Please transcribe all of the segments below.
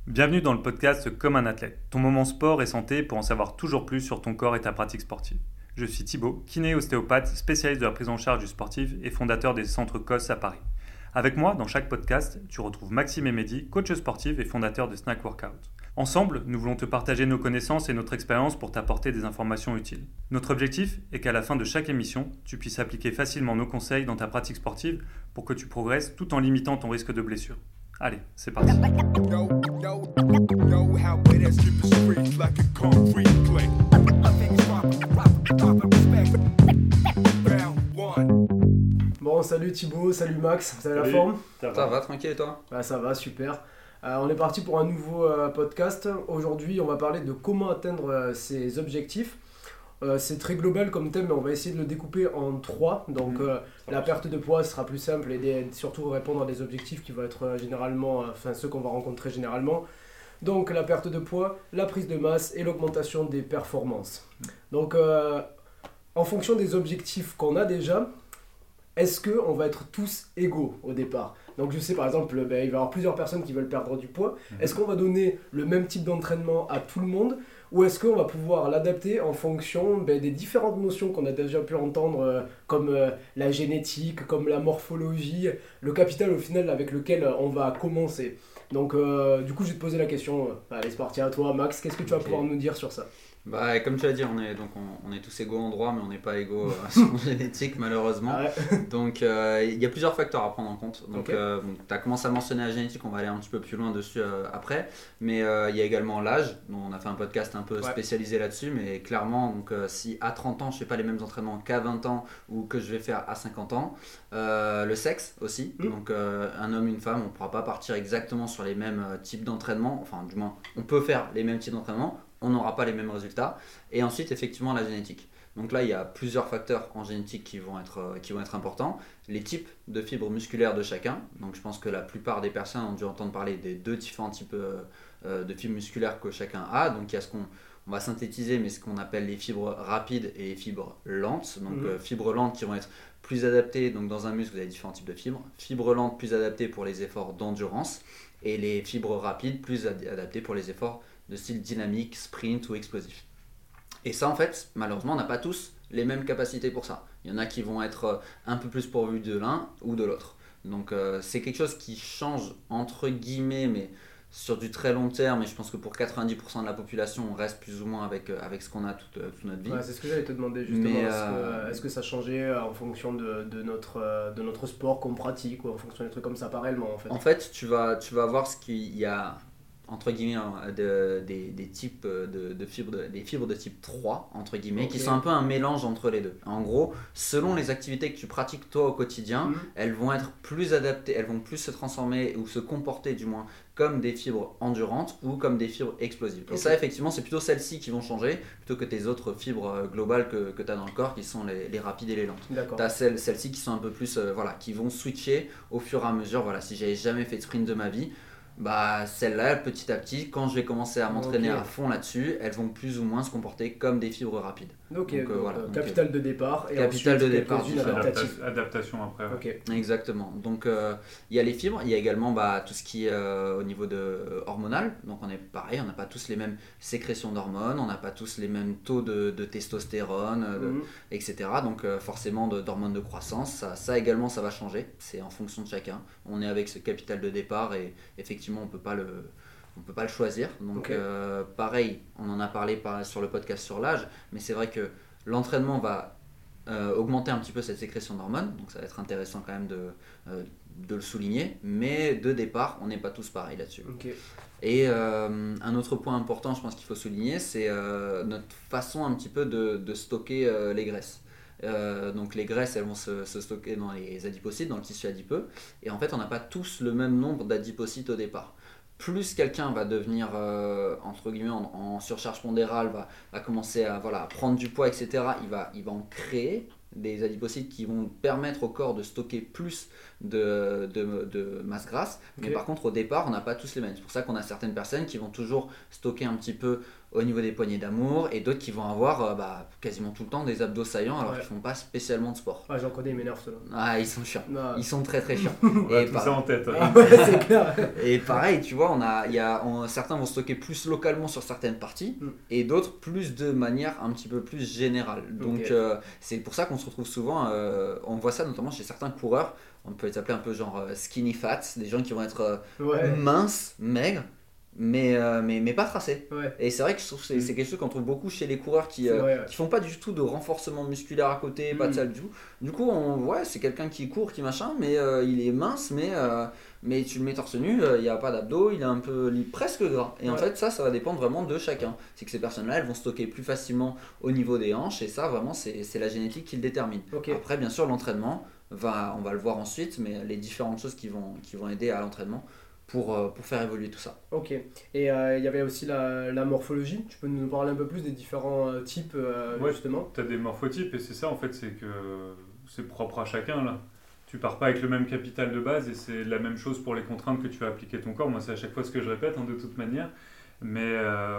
Bienvenue dans le podcast Comme un athlète, ton moment sport et santé pour en savoir toujours plus sur ton corps et ta pratique sportive. Je suis Thibaut, kiné ostéopathe, spécialiste de la prise en charge du sportif et fondateur des centres COS à Paris. Avec moi, dans chaque podcast, tu retrouves Maxime et Mehdi, coach sportif et fondateur de Snack Workout. Ensemble, nous voulons te partager nos connaissances et notre expérience pour t'apporter des informations utiles. Notre objectif est qu'à la fin de chaque émission, tu puisses appliquer facilement nos conseils dans ta pratique sportive pour que tu progresses tout en limitant ton risque de blessure. Allez, c'est parti. Bon, salut Thibaut, salut Max, vous avez la forme? Ça va, tranquille et toi? Bah, ça va, super. On est parti pour un nouveau podcast. Aujourd'hui, on va parler de comment atteindre ses objectifs. C'est très global comme thème, mais on va essayer de le découper en trois. Donc, la perte de poids sera plus simple et surtout répondre à des objectifs qui vont être généralement, ceux qu'on va rencontrer généralement. Donc, la perte de poids, la prise de masse et l'augmentation des performances. Donc, en fonction des objectifs qu'on a déjà, est-ce qu'on va être tous égaux au départ? Donc je sais par exemple, il va y avoir plusieurs personnes qui veulent perdre du poids. Est-ce qu'on va donner le même type d'entraînement à tout le monde? Ou est-ce qu'on va pouvoir l'adapter en fonction des différentes notions qu'on a déjà pu entendre, comme la génétique, comme la morphologie, le capital au final avec lequel on va commencer? Donc du coup je vais te poser la question, allez c'est parti à toi Max, qu'est-ce que tu vas pouvoir nous dire sur ça? Bah, comme tu as dit, on est tous égaux en droit, mais on n'est pas égaux en génétique malheureusement. Ah ouais. Donc il y a plusieurs facteurs à prendre en compte. Donc tu as commencé à mentionner la génétique, on va aller un petit peu plus loin dessus après. Mais il y a également l'âge. On a fait un podcast un peu spécialisé là-dessus, mais clairement, si à 30 ans je fais pas les mêmes entraînements qu'à 20 ans ou que je vais faire à 50 ans, le sexe aussi. Donc un homme, une femme, on ne pourra pas partir exactement sur les mêmes types d'entraînement. Enfin, du moins, on peut faire les mêmes types d'entraînement. On n'aura pas les mêmes résultats. Et ensuite, effectivement, la génétique. Donc là, il y a plusieurs facteurs en génétique qui vont être importants. Les types de fibres musculaires de chacun. Donc je pense que la plupart des personnes ont dû entendre parler des deux différents types de fibres musculaires que chacun a. Donc il y a on va synthétiser, mais ce qu'on appelle les fibres rapides et les fibres lentes. Donc fibres lentes qui vont être plus adaptées. Donc dans un muscle, vous avez différents types de fibres. Fibres lentes plus adaptées pour les efforts d'endurance. Et les fibres rapides plus adaptées pour les efforts de style dynamique, sprint ou explosif. Et ça, en fait, malheureusement, on n'a pas tous les mêmes capacités pour ça. Il y en a qui vont être un peu plus pourvus de l'un ou de l'autre. Donc, c'est quelque chose qui change entre guillemets, mais sur du très long terme. Et je pense que pour 90% de la population, on reste plus ou moins avec ce qu'on a toute notre vie. Ouais, c'est ce que j'allais te demander justement. Est-ce que ça changeait en fonction de notre sport qu'on pratique ou en fonction des trucs comme ça, pas réellement en fait? En fait, tu vas voir ce qu'il y a entre guillemets des types de fibres des fibres de type 3 entre guillemets qui sont un peu un mélange entre les deux. En gros, selon les activités que tu pratiques toi au quotidien, elles vont être plus adaptées, elles vont plus se transformer ou se comporter du moins comme des fibres endurantes ou comme des fibres explosives. Et ça effectivement c'est plutôt celles-ci qui vont changer plutôt que tes autres fibres globales que tu as dans le corps qui sont les rapides et les lentes. Tu as celles-ci qui sont un peu plus qui vont switcher au fur et à mesure. Voilà, si j'avais jamais fait de sprint de ma vie, bah celles-là petit à petit quand je vais commencer à m'entraîner à fond là-dessus, elles vont plus ou moins se comporter comme des fibres rapides. Capital de départ et capital de départ adaptation après. Exactement. Donc il y a les fibres, il y a également tout ce qui est au niveau hormonal. Donc on est pareil, on n'a pas tous les mêmes sécrétions d'hormones, on n'a pas tous les mêmes taux de testostérone, etc. Donc forcément d'hormones de croissance, ça également ça va changer, c'est en fonction de chacun. On est avec ce capital de départ et effectivement on peut pas le choisir. Donc pareil, on en a parlé sur le podcast sur l'âge, mais c'est vrai que l'entraînement va augmenter un petit peu cette sécrétion d'hormones, donc ça va être intéressant quand même de le souligner, mais de départ on n'est pas tous pareils là-dessus. Et un autre point important je pense qu'il faut souligner, c'est notre façon un petit peu de stocker les graisses. Donc les graisses elles vont se stocker dans les adipocytes, dans le tissu adipeux, et en fait on n'a pas tous le même nombre d'adipocytes au départ. Plus quelqu'un va devenir entre guillemets en surcharge pondérale, va commencer à prendre du poids, etc. Il va en créer, des adipocytes qui vont permettre au corps de stocker plus de masse grasse. Mais par contre, au départ, on n'a pas tous les mêmes. C'est pour ça qu'on a certaines personnes qui vont toujours stocker un petit peu au niveau des poignées d'amour et d'autres qui vont avoir quasiment tout le temps des abdos saillants alors qu'ils font pas spécialement de sport. J'en connais, ils m'énervent ceux-là. Ils sont chiants. Ils sont très très chiants. Et tout ça en tête. C'est clair. Et pareil, tu vois, certains vont stocker plus localement sur certaines parties et d'autres plus de manière un petit peu plus générale. Donc c'est pour ça qu'on se retrouve souvent, on voit ça notamment chez certains coureurs, on peut les appeler un peu genre skinny fat, des gens qui vont être minces, maigres, mais pas tracés. Et c'est vrai que je trouve que c'est quelque chose qu'on trouve beaucoup chez les coureurs qui font pas du tout de renforcement musculaire à côté, pas de salle du tout. Du coup, c'est quelqu'un qui court, qui machin, mais il est mince, mais tu le mets torse nu, il n'y a pas d'abdos, il est presque gras. Et en fait, ça va dépendre vraiment de chacun. C'est que ces personnes-là, elles vont stocker plus facilement au niveau des hanches, et ça, vraiment, c'est la génétique qui le détermine. Après, bien sûr, l'entraînement, on va le voir ensuite, mais les différentes choses qui vont aider à l'entraînement pour faire évoluer tout ça. Ok. Et il y avait aussi la morphologie. Tu peux nous parler un peu plus des différents types, justement? Tu as des morphotypes, et c'est ça, en fait, c'est que c'est propre à chacun, là. Tu pars pas avec le même capital de base, et c'est la même chose pour les contraintes que tu vas appliquer ton corps. Moi, c'est à chaque fois ce que je répète, de toute manière. Mais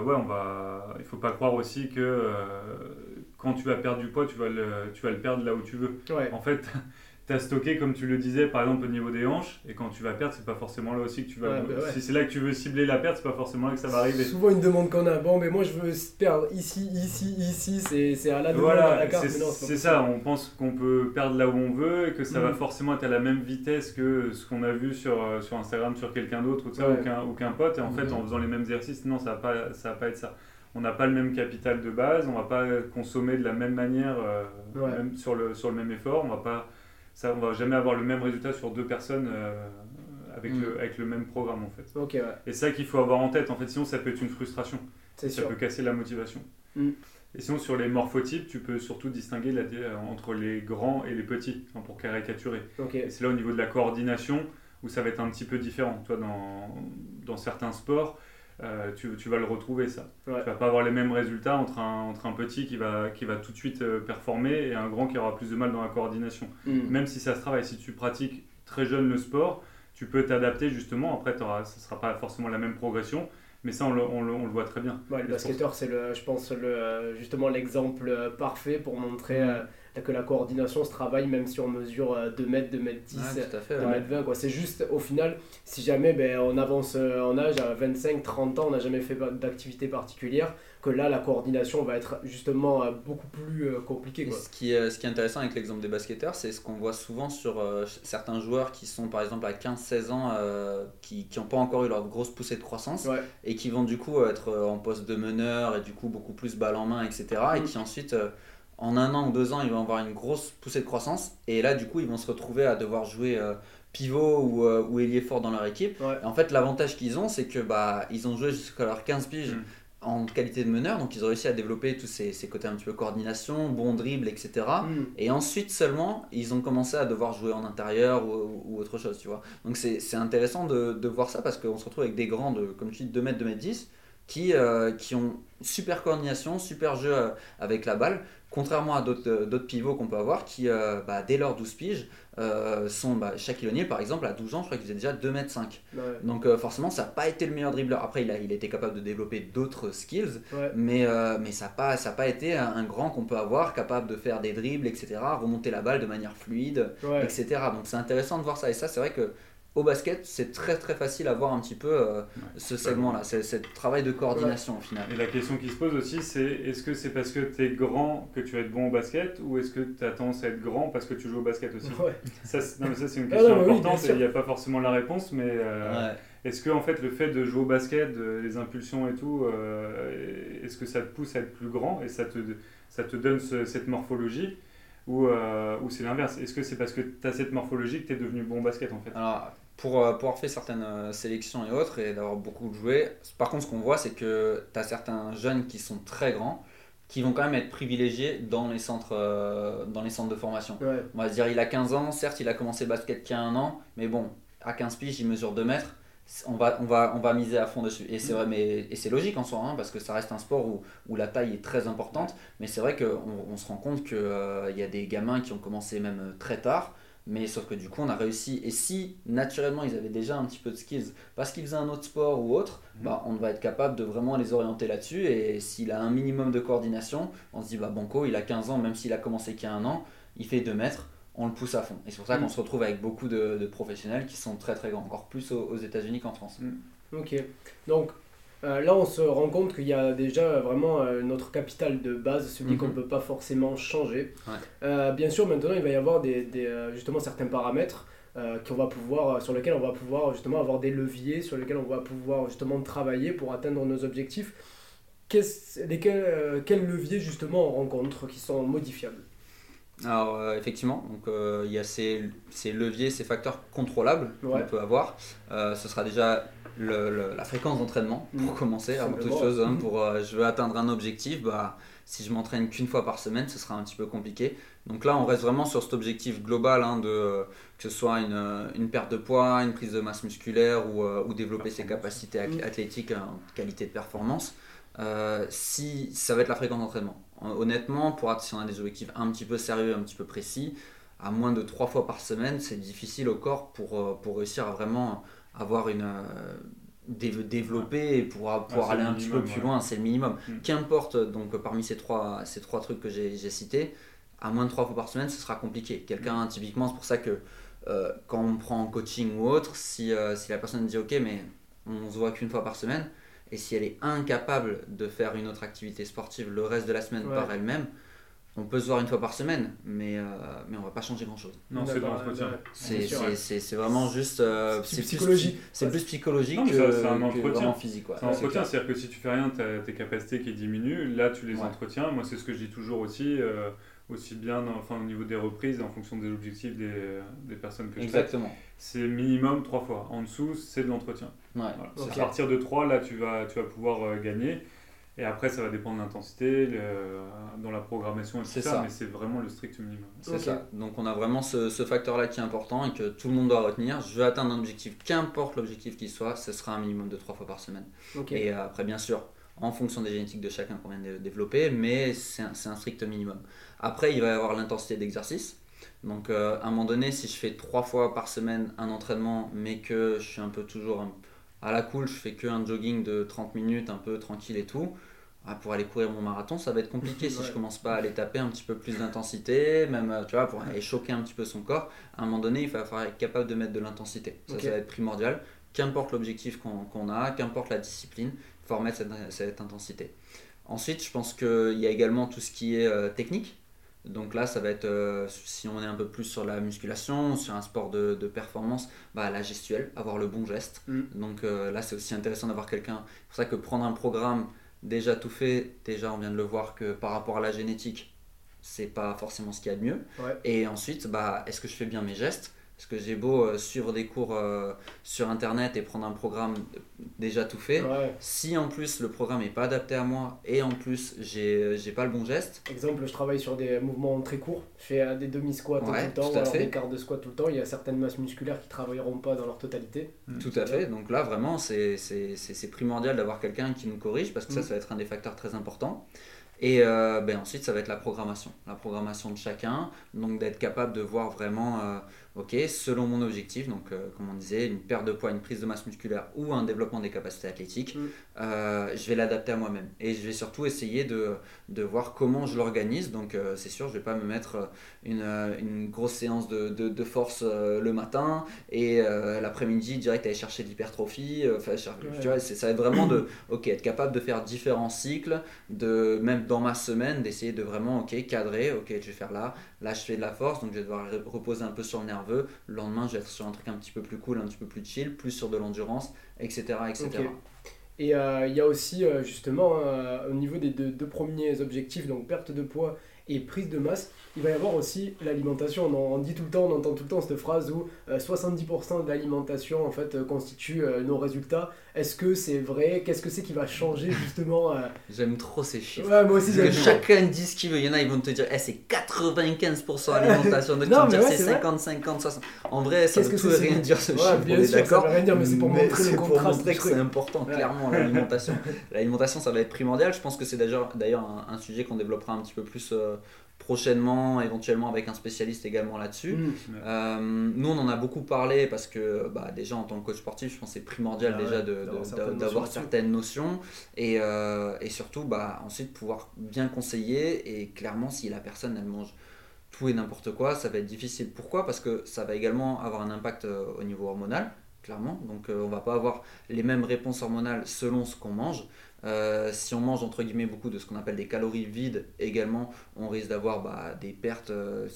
il faut pas croire aussi que quand tu vas perdre du poids, tu vas le perdre là où tu veux. En fait, tu as stocké, comme tu le disais, par exemple au niveau des hanches, et quand tu vas perdre, c'est pas forcément là aussi que tu vas. Si c'est là que tu veux cibler la perte, c'est pas forcément là que ça va arriver. Souvent une demande qu'on a, mais moi je veux perdre ici, c'est à la demande à la carte. C'est ça, on pense qu'on peut perdre là où on veut et que ça va forcément être à la même vitesse que ce qu'on a vu sur Instagram sur quelqu'un d'autre ou qu'un pote, et en fait en faisant les mêmes exercices, non, ça va pas être ça. On n'a pas le même capital de base, on va pas consommer de la même manière même sur le même effort, on va jamais avoir le même résultat sur deux personnes avec le même programme en fait. Et c'est ça qu'il faut avoir en tête, en fait, sinon ça peut être une frustration, ça peut casser la motivation. Et sinon sur les morphotypes, tu peux surtout distinguer entre les grands et les petits, pour caricaturer. Et c'est là au niveau de la coordination où ça va être un petit peu différent. Toi, dans certains sports, tu vas le retrouver ça. Tu vas pas avoir les mêmes résultats entre un petit qui va tout de suite performer et un grand qui aura plus de mal dans la coordination. Même si ça se travaille, si tu pratiques très jeune le sport, tu peux t'adapter justement. Après, ça sera pas forcément la même progression, mais ça on le voit très bien. Le basketteur, c'est je pense justement l'exemple parfait pour montrer que la coordination se travaille même si on mesure 2 mètres, 2 mètres 10, 2 mètres 20. C'est juste au final, si jamais on avance en âge à 25, 30 ans, on n'a jamais fait d'activité particulière, que là la coordination va être justement beaucoup plus compliquée. Ce qui est intéressant avec l'exemple des basketteurs, c'est ce qu'on voit souvent sur certains joueurs qui sont par exemple à 15-16 ans, qui n'ont pas encore eu leur grosse poussée de croissance et qui vont du coup être en poste de meneur et du coup beaucoup plus balle en main, etc. Et qui ensuite... en 1 an ou 2 ans, ils vont avoir une grosse poussée de croissance et là du coup ils vont se retrouver à devoir jouer pivot ou ailier fort dans leur équipe. Et en fait l'avantage qu'ils ont, c'est que ils ont joué jusqu'à leurs 15 piges en qualité de meneur, donc ils ont réussi à développer tous ces côtés un petit peu coordination, bon dribble, etc. Et ensuite seulement ils ont commencé à devoir jouer en intérieur ou autre chose, tu vois. Donc c'est intéressant de voir ça parce qu'on se retrouve avec des grands de, comme tu dis, 2 mètres, 2 mètres 10 qui ont super coordination, super jeu avec la balle, contrairement à d'autres pivots qu'on peut avoir qui, dès leurs 12 piges, sont Shaquille O'Neal par exemple, à 12 ans, je crois qu'il faisait déjà 2,5 m. Donc forcément, ça n'a pas été le meilleur dribbleur. Après, il a été capable de développer d'autres skills, mais ça n'a pas été un grand qu'on peut avoir, capable de faire des dribbles, etc., remonter la balle de manière fluide, etc. Donc c'est intéressant de voir ça. Et ça, c'est vrai que au basket, c'est très très facile à voir un petit peu ce segment-là, c'est ce travail de coordination au final. Et la question qui se pose aussi, c'est est-ce que c'est parce que tu es grand que tu vas être bon au basket ou est-ce que tu as tendance à être grand parce que tu joues au basket aussi? Ça, c'est une question importante et il n'y a pas forcément la réponse, mais est-ce que en fait, le fait de jouer au basket, les impulsions et tout, est-ce que ça te pousse à être plus grand et ça te donne cette morphologie? Ou c'est l'inverse? Est-ce que c'est parce que tu as cette morphologie que tu es devenu bon au basket en fait? Alors, pour avoir fait certaines sélections et autres et d'avoir beaucoup joué, par contre ce qu'on voit c'est que tu as certains jeunes qui sont très grands qui vont quand même être privilégiés dans les centres de formation. On va se dire il a 15 ans, certes il a commencé le basket qu'il y a 1 an, mais bon, à 15 piges il mesure 2 mètres. on va miser à fond dessus. Et c'est vrai, et c'est logique en soi, hein, parce que ça reste un sport où la taille est très importante. Mais c'est vrai qu'on se rend compte qu'il y a des gamins qui ont commencé même très tard. Mais sauf que du coup, on a réussi. Et si naturellement ils avaient déjà un petit peu de skills parce qu'ils faisaient un autre sport ou autre, on va être capable de vraiment les orienter là-dessus. Et s'il a un minimum de coordination, on se dit Banco, il a 15 ans, même s'il a commencé qu'il y a un an, il fait 2 mètres. On le pousse à fond. Et c'est pour ça qu'on se retrouve avec beaucoup de professionnels qui sont très très grands, encore plus aux États-Unis qu'en France. Ok. Donc là, on se rend compte qu'il y a déjà vraiment notre capital de base, celui qu'on ne peut pas forcément changer. Bien sûr, maintenant, il va y avoir justement certains paramètres sur lesquels on va pouvoir justement avoir des leviers, sur lesquels on va pouvoir justement travailler pour atteindre nos objectifs. Quels leviers justement on rencontre qui sont modifiables? Alors effectivement, donc il y a ces leviers, ces facteurs contrôlables qu'on peut avoir. Ce sera déjà la fréquence d'entraînement pour commencer, avant toute chose. Hein, je veux atteindre un objectif, si je m'entraîne qu'une fois par semaine, ce sera un petit peu compliqué. Donc là, on reste vraiment sur cet objectif global, hein, que ce soit une perte de poids, une prise de masse musculaire ou développer ses capacités athlétiques en qualité de performance. Si ça va être la fréquence d'entraînement. Honnêtement, si on a des objectifs un petit peu sérieux, un petit peu précis, à moins de 3 fois par semaine, c'est difficile au corps pour réussir à vraiment avoir développer et pouvoir aller un petit peu plus loin, c'est le minimum. Qu'importe, donc parmi ces trois trucs que j'ai cités, à moins de 3 fois par semaine, ce sera compliqué. Quelqu'un, typiquement, c'est pour ça que quand on prend en coaching ou autre, si la personne dit ok, mais on se voit qu'une fois par semaine, et si elle est incapable de faire une autre activité sportive le reste de la semaine par elle-même, on peut se voir une fois par semaine, mais on va pas changer grand chose. Non, c'est dans l'entretien. C'est vraiment juste. C'est psychologique. C'est plus psychologique que vraiment physique. C'est un entretien, c'est-à-dire que si tu fais rien, tu as tes capacités qui diminuent. Là, tu les entretiens. Moi, c'est ce que je dis toujours aussi bien au niveau des reprises, en fonction des objectifs des personnes que je traite. Exactement. C'est minimum 3 fois. En dessous, c'est de l'entretien. Voilà. À partir de 3, là, tu vas pouvoir gagner. Et après, ça va dépendre de l'intensité, dans la programmation et tout ça, mais c'est vraiment le strict minimum. C'est ça. Donc on a vraiment ce facteur-là qui est important et que tout le monde doit retenir. Je veux atteindre un objectif, qu'importe l'objectif qu'il soit, ce sera un minimum de 3 fois par semaine. Et après, bien sûr, en fonction des génétiques de chacun qu'on vient de développer, mais c'est un strict minimum. Après, il va y avoir l'intensité d'exercice. Donc à un moment donné, si je fais 3 fois par semaine un entraînement, mais que je suis un peu toujours à la cool, je fais qu'un jogging de 30 minutes, un peu tranquille et tout, pour aller courir mon marathon, ça va être compliqué si je commence pas à aller taper un petit peu plus d'intensité, même pour aller choquer un petit peu son corps. À un moment donné, il va falloir être capable de mettre de l'intensité. Ça va être primordial. Qu'importe l'objectif qu'on a, qu'importe la discipline, il faut remettre cette intensité. Ensuite, je pense qu'il y a également tout ce qui est technique. Donc là, ça va être, si on est un peu plus sur la musculation, sur un sport de performance, la gestuelle, avoir le bon geste. Donc là, c'est aussi intéressant d'avoir quelqu'un. C'est pour ça que prendre un programme déjà tout fait, déjà on vient de le voir que par rapport à la génétique, c'est pas forcément ce qu'il y a de mieux. Et ensuite, est-ce que je fais bien mes gestes ? Parce que j'ai beau suivre des cours sur internet et prendre un programme déjà tout fait, si en plus le programme n'est pas adapté à moi et en plus j'ai pas le bon geste. Exemple, je travaille sur des mouvements très courts, je fais des demi-squats tout le temps, ou alors des quarts de squat tout le temps, il y a certaines masses musculaires qui ne travailleront pas dans leur totalité. Tout à fait, donc là vraiment c'est primordial d'avoir quelqu'un qui nous corrige parce que ça va être un des facteurs très importants. Et ensuite ça va être la programmation de chacun, donc d'être capable de voir vraiment selon mon objectif, donc comme on disait, une perte de poids, une prise de masse musculaire ou un développement des capacités athlétiques, je vais l'adapter à moi-même et je vais surtout essayer de voir comment je l'organise. Donc c'est sûr, je vais pas me mettre une grosse séance de force le matin et l'après-midi direct aller chercher de l'hypertrophie, tu vois, ça va être vraiment être capable de faire différents cycles, même dans ma semaine d'essayer de vraiment cadrer, je vais faire là je fais de la force, donc je vais devoir reposer un peu sur le nerveux, le lendemain je vais être sur un truc un petit peu plus cool, un petit peu plus chill, plus sur de l'endurance, etc. Et il y a aussi justement au niveau des deux premiers objectifs, donc perte de poids et prise de masse, il va y avoir aussi l'alimentation. On dit tout le temps, on entend tout le temps cette phrase où 70% de l'alimentation en fait constitue nos résultats. Est-ce que c'est vrai? Qu'est-ce que c'est qui va changer justement J'aime trop ces chiffres. Ouais, moi aussi Parce j'aime que trop. chacun dit ce qu'il veut. Il y en a, ils vont te dire c'est 95% alimentation. D'autres Non, vont mais dire ouais, c'est c'est vrai. 50, 50, 60. En vrai, ça Qu'est-ce veut que tout c'est, et rien dire ce Ouais, chiffre, bien on est sûr, ça d'accord. veut rien dire, mais c'est pour montrer le c'est pour contraste montrer du que truc. c'est important, Ouais. clairement, l'alimentation. L'alimentation, ça va être primordial. Je pense que c'est d'ailleurs un sujet qu'on développera un petit peu plus prochainement, éventuellement avec un spécialiste également là-dessus. Nous, on en a beaucoup parlé parce que déjà en tant que coach sportif, je pense que c'est primordial déjà d'avoir certaines notions et surtout ensuite pouvoir bien conseiller. Et clairement, si la personne elle mange tout et n'importe quoi, ça va être difficile. Pourquoi? Parce que ça va également avoir un impact au niveau hormonal, clairement. Donc on va pas avoir les mêmes réponses hormonales selon ce qu'on mange. Si on mange entre guillemets beaucoup de ce qu'on appelle des calories vides également, on risque d'avoir des pertes.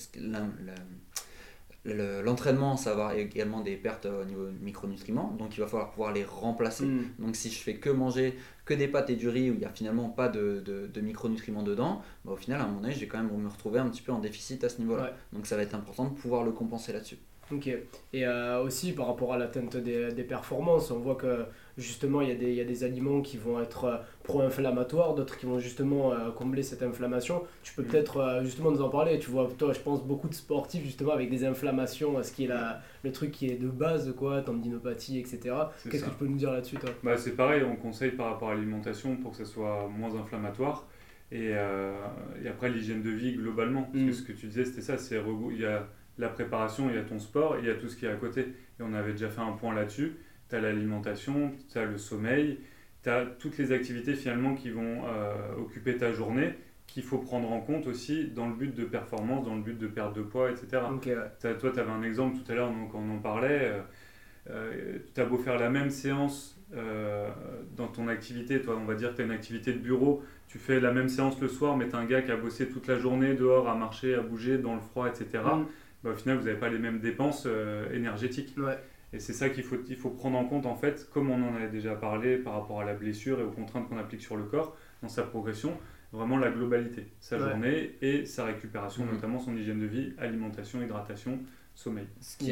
L'entraînement, ça va avoir également des pertes au niveau de micronutriments, donc il va falloir pouvoir les remplacer. Donc si je fais que manger que des pâtes et du riz où il n'y a finalement pas de micronutriments dedans, au final à un moment donné je vais quand même me retrouver un petit peu en déficit à ce niveau-là. Ouais. Donc ça va être important de pouvoir le compenser là-dessus. Ok. Et aussi par rapport à l'atteinte des performances, on voit que justement il y a des aliments qui vont être pro-inflammatoires, d'autres qui vont justement combler cette inflammation. Tu peux peut-être justement nous en parler. Tu vois, toi je pense beaucoup de sportifs justement avec des inflammations, ce qui est le truc qui est de base, quoi, tendinopathie, etc. Qu'est-ce que tu peux nous dire là-dessus, toi? C'est pareil, on conseille par rapport à l'alimentation pour que ça soit moins inflammatoire. Et après l'hygiène de vie globalement, parce que ce que tu disais c'était ça, il y a la préparation, il y a ton sport et il y a tout ce qui est à côté. Et on avait déjà fait un point là-dessus. Tu as l'alimentation, tu as le sommeil, tu as toutes les activités finalement qui vont occuper ta journée, qu'il faut prendre en compte aussi dans le but de performance, dans le but de perte de poids, etc. Okay, ouais. Toi, tu avais un exemple tout à l'heure, donc on en parlait. Tu as beau faire la même séance dans ton activité, toi, on va dire que tu as une activité de bureau, tu fais la même séance le soir, mais tu as un gars qui a bossé toute la journée dehors, à marcher, à bouger, dans le froid, etc. Au final, vous n'avez pas les mêmes dépenses énergétiques. Ouais. Et c'est ça qu'il faut prendre en compte, en fait, comme on en avait déjà parlé par rapport à la blessure et aux contraintes qu'on applique sur le corps, dans sa progression, vraiment la globalité, sa journée et sa récupération, notamment son hygiène de vie, alimentation, hydratation, sommeil. Ce qui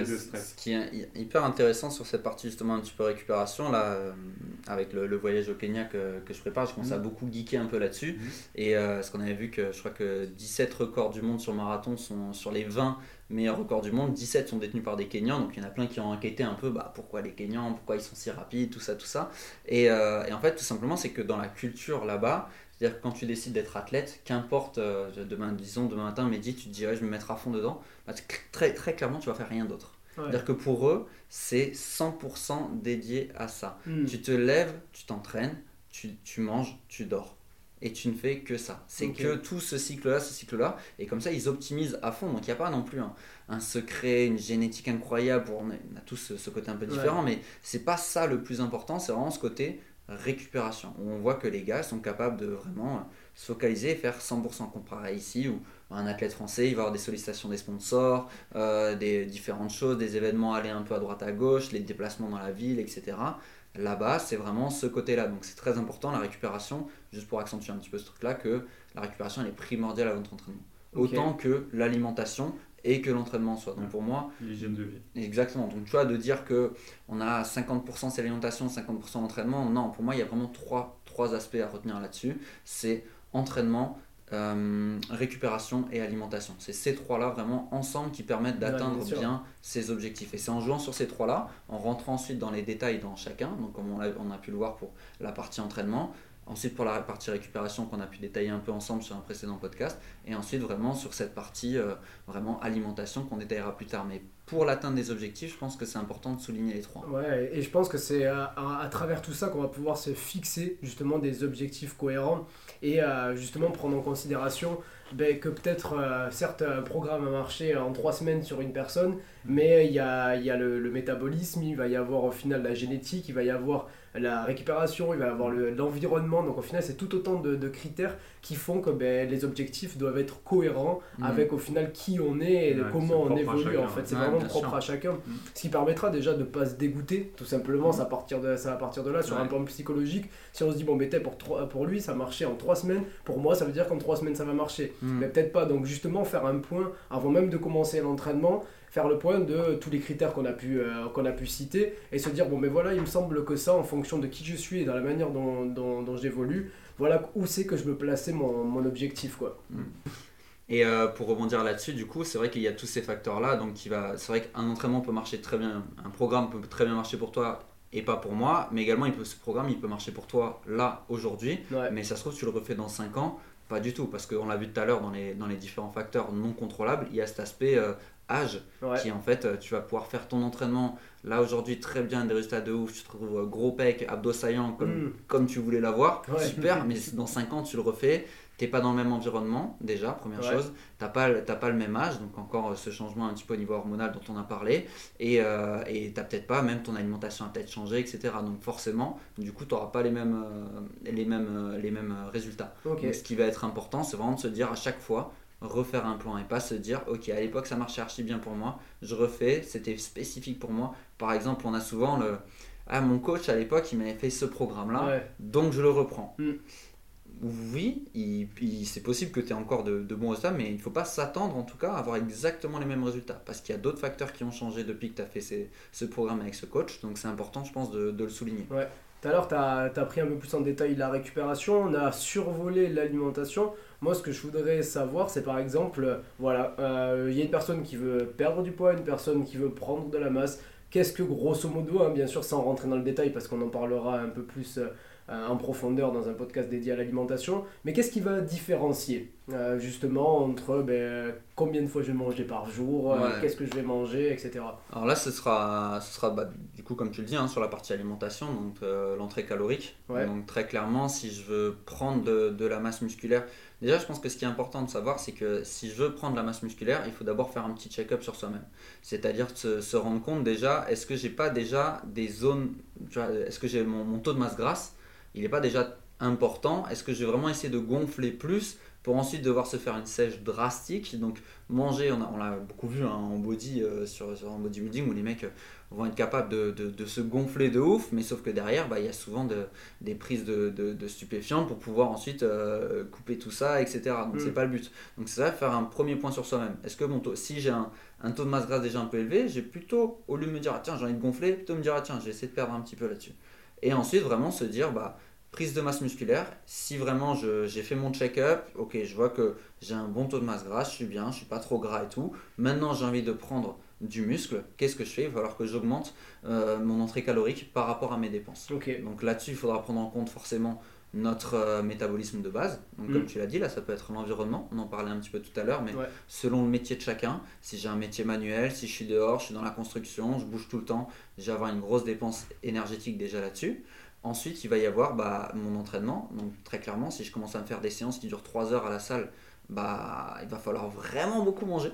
est hyper intéressant sur cette partie justement un petit peu récupération, là, avec le voyage au Kenya que je prépare, je commence à beaucoup geeker un peu là-dessus. Et ce qu'on avait vu que je crois que 17 records du monde sur marathon sont sur les 20 meilleurs records du monde, 17 sont détenus par des Kenyans, donc il y en a plein qui ont inquiété un peu pourquoi les Kenyans, pourquoi ils sont si rapides, tout ça. Et en fait, tout simplement, c'est que dans la culture là-bas, c'est-à-dire que quand tu décides d'être athlète, qu'importe, demain matin, midi, tu te dis ouais, je vais me mettre à fond dedans, très, très clairement, tu vas faire rien d'autre. Ouais. C'est-à-dire que pour eux, c'est 100% dédié à ça. Tu te lèves, tu t'entraînes, tu manges, tu dors. Et tu ne fais que ça. C'est que tout ce cycle-là. Et comme ça, ils optimisent à fond. Donc, il n'y a pas non plus un secret, une génétique incroyable. On a tous ce côté un peu différent. Mais ce n'est pas ça le plus important. C'est vraiment ce côté récupération. Où on voit que les gars sont capables de vraiment se focaliser et faire 100% comparé ici. Où un athlète français, il va avoir des sollicitations des sponsors, des différentes choses, des événements aller un peu à droite à gauche, les déplacements dans la ville, etc. Là-bas, c'est vraiment ce côté-là. Donc, c'est très important, la récupération, juste pour accentuer un petit peu ce truc-là, que la récupération, elle est primordiale avant votre entraînement. Autant que l'alimentation et que l'entraînement en soi. Donc, pour moi... l'hygiène de vie. Exactement. Donc, tu vois, de dire qu'on a 50% c'est l'alimentation, 50% l'entraînement, non, pour moi, il y a vraiment trois aspects à retenir là-dessus. C'est entraînement, récupération et alimentation. C'est ces trois-là vraiment ensemble qui permettent d'atteindre bien ces objectifs. Et c'est en jouant sur ces trois-là, en rentrant ensuite dans les détails dans chacun, donc comme on a pu le voir pour la partie entraînement, ensuite pour la partie récupération qu'on a pu détailler un peu ensemble sur un précédent podcast, et ensuite vraiment sur cette partie vraiment alimentation qu'on détaillera plus tard. Mais pour l'atteinte des objectifs, je pense que c'est important de souligner les trois. Ouais, et je pense que c'est à travers tout ça qu'on va pouvoir se fixer justement des objectifs cohérents et justement prendre en considération que peut-être, certes, un programme a marché en 3 semaines sur une personne, mais il y a le métabolisme, il va y avoir au final la génétique, il va y avoir la récupération, il va y avoir l'environnement. Donc au final, c'est tout autant de critères qui font que les objectifs doivent être cohérents avec au final qui on est et comment on évolue. En fait, c'est vraiment propre à chacun. Ce qui permettra déjà de ne pas se dégoûter, tout simplement. Ça va partir de là, sur un plan psychologique. Si on se dit, pour lui, ça marchait en 3 semaines, pour moi, ça veut dire qu'en 3 semaines, ça va marcher. mais peut-être pas. Donc justement faire un point avant même de commencer l'entraînement, faire le point de tous les critères qu'on a pu citer et se dire bon mais voilà, il me semble que ça en fonction de qui je suis et dans la manière dont j'évolue, voilà où c'est que je veux placer mon objectif quoi. Et pour rebondir là-dessus, du coup, c'est vrai qu'il y a tous ces facteurs-là. Donc, c'est vrai qu'un entraînement peut marcher très bien, un programme peut très bien marcher pour toi et pas pour moi. Mais également, ce programme, il peut marcher pour toi là, aujourd'hui. Ouais. Mais ça se trouve, tu le refais dans 5 ans. Pas du tout. Parce qu'on l'a vu tout à l'heure dans les différents facteurs non contrôlables, il y a cet aspect âge qui, en fait, tu vas pouvoir faire ton entraînement là, aujourd'hui, très bien, des résultats de ouf. Tu te retrouves gros pec, abdos saillants comme tu voulais l'avoir. Super. Mais dans 5 ans, tu le refais. T'es pas dans le même environnement déjà, première chose, t'as pas le même âge, donc encore ce changement un petit peu au niveau hormonal dont on a parlé, et t'as peut-être pas, même ton alimentation a peut-être changé, etc. Donc forcément, du coup t'auras pas les mêmes résultats. Donc ce qui va être important, c'est vraiment de se dire à chaque fois, refaire un plan et pas se dire ok, à l'époque ça marchait archi bien pour moi, je refais, c'était spécifique pour moi. Par exemple, on a souvent mon coach à l'époque il m'avait fait ce programme là, donc je le reprends. Oui, c'est possible que tu aies encore de bons résultats, mais il ne faut pas s'attendre en tout cas à avoir exactement les mêmes résultats parce qu'il y a d'autres facteurs qui ont changé depuis que tu as fait ce programme avec ce coach, donc c'est important je pense de le souligner. Ouais. Tout à l'heure, tu as pris un peu plus en détail la récupération, on a survolé l'alimentation. Moi, ce que je voudrais savoir, c'est par exemple, voilà, y a une personne qui veut perdre du poids, une personne qui veut prendre de la masse. Qu'est-ce que grosso modo, bien sûr sans rentrer dans le détail parce qu'on en parlera un peu plus en profondeur dans un podcast dédié à l'alimentation, mais qu'est-ce qui va différencier justement entre combien de fois je vais manger par jour, qu'est-ce que je vais manger, etc. Alors là ce sera du coup comme tu le dis sur la partie alimentation, donc l'entrée calorique. Donc très clairement si je veux prendre de la masse musculaire, déjà je pense que ce qui est important de savoir c'est que si je veux prendre de la masse musculaire, il faut d'abord faire un petit check-up sur soi-même, c'est-à-dire se rendre compte déjà, est-ce que j'ai pas déjà des zones, est-ce que j'ai mon taux de masse grasse il n'est pas déjà important, est-ce que je vais vraiment essayer de gonfler plus pour ensuite devoir se faire une sèche drastique, donc manger, on l'a beaucoup vu en body, en bodybuilding où les mecs vont être capables de se gonfler de ouf, mais sauf que derrière il y a souvent des prises de stupéfiants pour pouvoir ensuite couper tout ça, etc. Donc c'est pas le but. Donc c'est ça, faire un premier point sur soi-même. Est-ce que si j'ai un taux de masse grasse déjà un peu élevé, j'ai plutôt, au lieu de me dire tiens j'ai envie de gonfler, plutôt me dire tiens j'ai essayé de perdre un petit peu là-dessus. Et ensuite vraiment se dire prise de masse musculaire, si vraiment j'ai fait mon check-up, ok je vois que j'ai un bon taux de masse grasse, je suis bien, je suis pas trop gras et tout, maintenant j'ai envie de prendre du muscle, qu'est-ce que je fais? Il va falloir que j'augmente mon entrée calorique par rapport à mes dépenses. Donc là-dessus il faudra prendre en compte forcément notre métabolisme de base, donc comme tu l'as dit là ça peut être l'environnement, on en parlait un petit peu tout à l'heure, mais selon le métier de chacun, si j'ai un métier manuel, si je suis dehors, je suis dans la construction, je bouge tout le temps, je vais avoir une grosse dépense énergétique déjà là-dessus. Ensuite, il va y avoir mon entraînement. Donc très clairement, si je commence à me faire des séances qui durent 3 heures à la salle, il va falloir vraiment beaucoup manger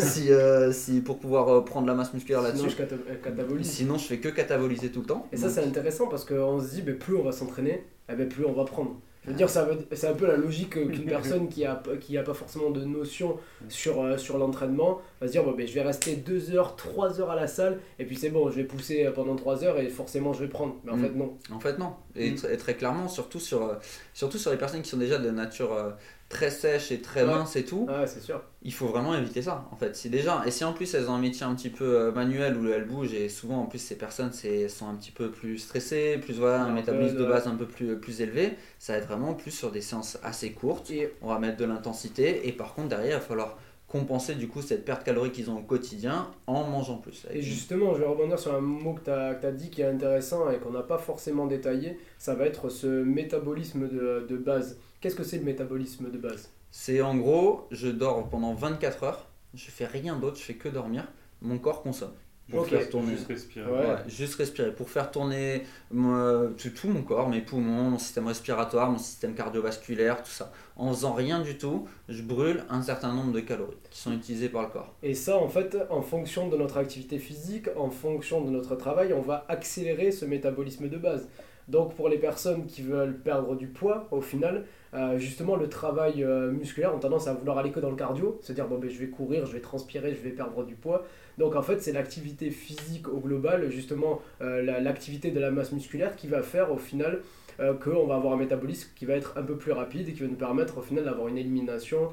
si pour pouvoir prendre la masse musculaire là-dessus. Sinon, je catabolise. Sinon, je fais que cataboliser tout le temps. Et ça, c'est intéressant parce qu'on se dit, plus on va s'entraîner, plus on va prendre. Je veux dire, c'est un peu la logique qu'une personne qui a pas forcément de notion sur l'entraînement va se dire je vais rester 2 heures, 3 heures à la salle et puis c'est bon, je vais pousser pendant 3 heures et forcément je vais prendre. Mais en fait, non. En fait, non. Et très clairement, surtout sur les personnes qui sont déjà de nature très sèche et très mince et tout, c'est sûr. Il faut vraiment éviter ça en fait. Si en plus elles ont un métier un petit peu manuel où elles bougent, et souvent en plus ces personnes sont un petit peu plus stressées, plus un métabolisme de base un peu plus élevé, ça va être vraiment plus sur des séances assez courtes, on va mettre de l'intensité et par contre derrière il va falloir compenser du coup cette perte calorique qu'ils ont au quotidien en mangeant plus. Et justement, je vais rebondir sur un mot que tu as dit qui est intéressant et qu'on n'a pas forcément détaillé, ça va être ce métabolisme de base. Qu'est-ce que c'est le métabolisme de base ? C'est en gros, je dors pendant 24 heures, je fais rien d'autre, je fais que dormir, mon corps consomme. Pour faire tourner. Juste respirer. Juste respirer, pour faire tourner tout mon corps, mes poumons, mon système respiratoire, mon système cardiovasculaire, tout ça. En faisant rien du tout, je brûle un certain nombre de calories qui sont utilisées par le corps. Et ça, en fait, en fonction de notre activité physique, en fonction de notre travail, on va accélérer ce métabolisme de base. Donc pour les personnes qui veulent perdre du poids, au final, justement le travail musculaire ont tendance à vouloir aller que dans le cardio, se dire je vais courir, je vais transpirer, je vais perdre du poids. Donc en fait c'est l'activité physique au global, justement l'activité de la masse musculaire qui va faire au final qu'on va avoir un métabolisme qui va être un peu plus rapide et qui va nous permettre au final d'avoir une élimination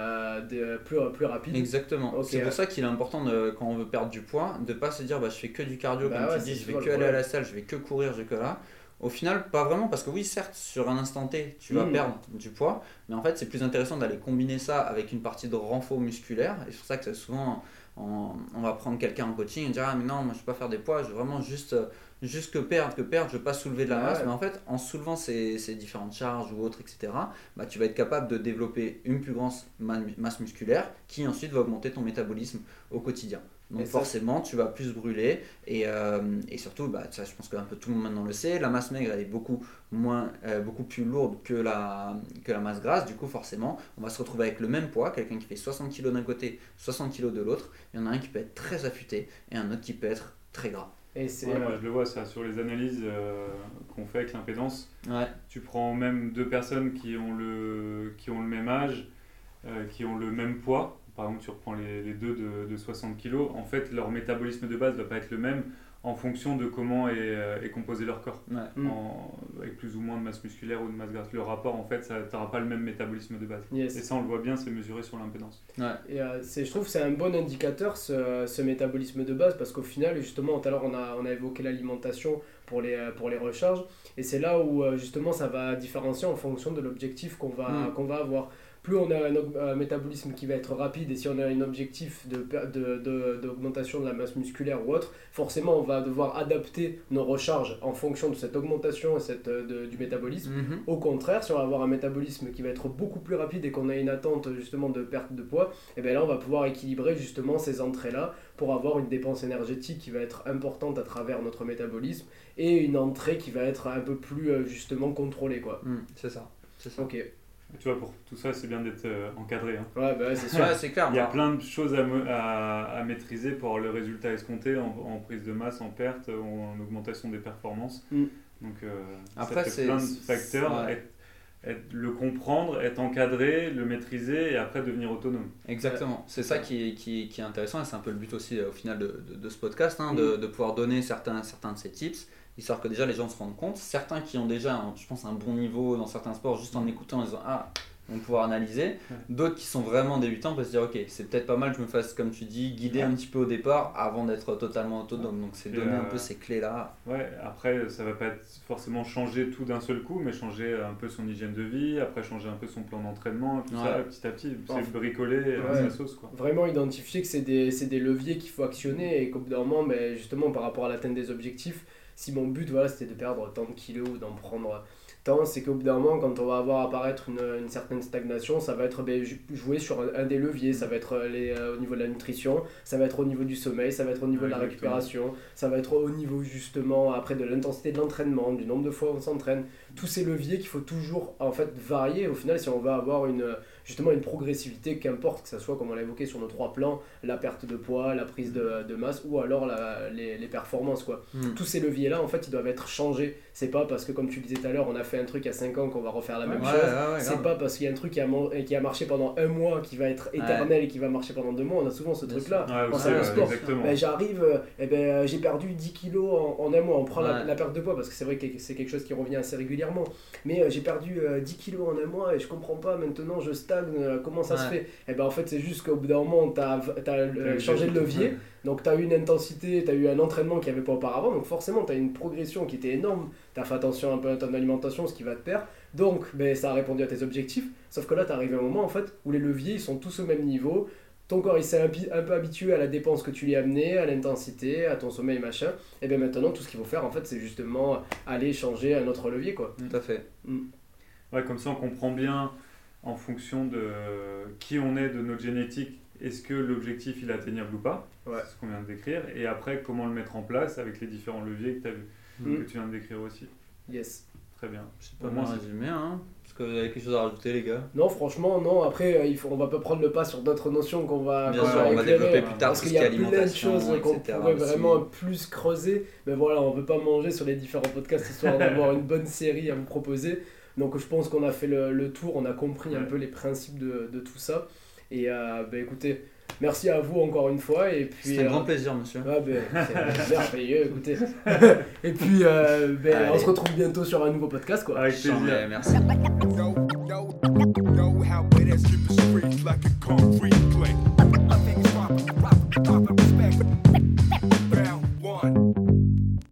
plus rapide. Exactement. Okay. C'est pour ça qu'il est important quand on veut perdre du poids de ne pas se dire je fais que du cardio, comme tu dis, je vais que aller à la salle, je vais que courir, je vais que là. Au final, pas vraiment, parce que oui, certes, sur un instant T, tu vas perdre du poids, mais en fait, c'est plus intéressant d'aller combiner ça avec une partie de renfort musculaire. Et c'est pour ça que souvent, on va prendre quelqu'un en coaching et dire ah mais non, moi je ne veux pas faire des poids, je veux vraiment juste que perdre, je ne veux pas soulever de la masse. Mais en fait, en soulevant ces différentes charges ou autres, etc., bah, tu vas être capable de développer une plus grande masse musculaire qui ensuite va augmenter ton métabolisme au quotidien. Donc forcément, tu vas plus brûler et surtout, bah, ça, je pense qu'un peu tout le monde maintenant le sait, la masse maigre elle est beaucoup plus lourde que la masse grasse. Du coup, forcément, on va se retrouver avec le même poids, quelqu'un qui fait 60 kg d'un côté, 60 kg de l'autre. Il y en a un qui peut être très affûté et un autre qui peut être très gras. Moi je le vois ça sur les analyses qu'on fait avec l'impédance. Tu prends même deux personnes qui ont le même âge, qui ont le même poids. Par exemple, tu reprends les deux de 60 kg, en fait, leur métabolisme de base ne va pas être le même en fonction de comment est composé leur corps, avec plus ou moins de masse musculaire ou de masse grasse. Le rapport, en fait, tu n'auras pas le même métabolisme de base. Et ça, on le voit bien, c'est mesuré sur l'impédance. Et je trouve que c'est un bon indicateur, ce métabolisme de base, parce qu'au final, justement, tout à l'heure, on a évoqué l'alimentation pour les recharges, et c'est là où, justement, ça va différencier en fonction de l'objectif qu'on va avoir. Plus on a un métabolisme qui va être rapide et si on a un objectif d'augmentation de la masse musculaire ou autre, forcément on va devoir adapter nos recharges en fonction de cette augmentation et du métabolisme. Au contraire, si on va avoir un métabolisme qui va être beaucoup plus rapide et qu'on a une attente justement de perte de poids, et bien là on va pouvoir équilibrer justement ces entrées-là pour avoir une dépense énergétique qui va être importante à travers notre métabolisme et une entrée qui va être un peu plus justement contrôlée, quoi. C'est ça. Ok. Tu vois, pour tout ça, c'est bien d'être encadré. Hein. Ouais, bah, c'est sûr. C'est clair. Il y a plein de choses à maîtriser pour avoir le résultat escompté en prise de masse, en perte, en augmentation des performances. Donc, après, ça fait plein de facteurs. Le comprendre, être encadré, le maîtriser et après devenir autonome. Exactement. C'est ça qui est intéressant et c'est un peu le but aussi au final de ce podcast, hein, de pouvoir donner certains de ces tips. Histoire que déjà les gens se rendent compte, certains qui ont déjà je pense un bon niveau dans certains sports juste en écoutant en disant vont pouvoir analyser, d'autres qui sont vraiment débutants peuvent se dire ok c'est peut-être pas mal que je me fasse comme tu dis guider un petit peu au départ avant d'être totalement autonome, donc c'est donner un peu ces clés là. Après ça va pas être forcément changer tout d'un seul coup mais changer un peu son hygiène de vie, après changer un peu son plan d'entraînement, tout ça petit à petit, c'est bricoler sa sauce quoi. Vraiment identifier que c'est des leviers qu'il faut actionner et qu'au bout d'un moment justement par rapport à l'atteinte des objectifs, si mon but c'était de perdre tant de kilos ou d'en prendre tant, c'est qu'au bout d'un moment quand on va avoir apparaître une certaine stagnation, ça va être jouer sur un des leviers, ça va être au niveau de la nutrition, ça va être au niveau du sommeil, ça va être au niveau de la récupération, ça va être au niveau justement après de l'intensité de l'entraînement, du nombre de fois où on s'entraîne, tous ces leviers qu'il faut toujours en fait varier au final si on va avoir justement une progressivité, qu'importe que ça soit comme on l'a évoqué sur nos 3 plans, la perte de poids, la prise de masse ou alors les performances quoi. Tous ces leviers là en fait ils doivent être changés, c'est pas parce que comme tu le disais tout à l'heure on a fait un truc à 5 ans qu'on va refaire la même chose, c'est pas parce qu'il y a un truc qui a marché pendant un mois qui va être éternel et qui va marcher pendant 2 mois, on a souvent ce truc là en sport. J'arrive, j'ai perdu 10 kilos en un mois, on prend la perte de poids parce que c'est vrai que c'est quelque chose qui revient assez régulièrement, mais j'ai perdu 10 kilos en un mois et je comprends pas, maintenant je stagne, comment ça se fait? En fait c'est juste qu'au bout d'un moment t'as changé de levier, donc t'as eu une intensité, t'as eu un entraînement qu'il n'y avait pas auparavant, donc forcément t'as une progression qui était énorme, t'as fait attention un peu à ton alimentation, ce qui va te perdre, donc ça a répondu à tes objectifs, sauf que là t'arrives à un moment en fait où les leviers ils sont tous au même niveau, ton corps il s'est un peu habitué à la dépense que tu lui as amené, à l'intensité, à ton sommeil machin, et bien maintenant tout ce qu'il faut faire en fait c'est justement aller changer un autre levier quoi. Tout à fait. Ouais, comme ça on comprend bien en fonction de qui on est, de notre génétique, est-ce que l'objectif il est atteignable ou pas, c'est ce qu'on vient de décrire, et après comment le mettre en place avec les différents leviers que tu as vu, que tu viens de décrire aussi. Yes. Très bien. C'est pas mal résumé, hein. Est-ce que vous avez quelque chose à rajouter les gars? Non, franchement, non. Après, on va pas prendre le pas sur d'autres notions qu'on va on va développer plus tard, parce qu'il y a plein de choses qu'on pourrait vraiment plus creuser. Mais voilà, on veut pas manger sur les différents podcasts histoire d'avoir une bonne série à vous proposer. Donc je pense qu'on a fait le tour, on a compris un peu les principes de tout ça. Et écoutez, Merci à vous encore une fois. Et puis, c'est un grand plaisir, monsieur. C'est merveilleux, écoutez. Et puis, on se retrouve bientôt sur un nouveau podcast, quoi. Avec plaisir. Merci. Like a concrete plate.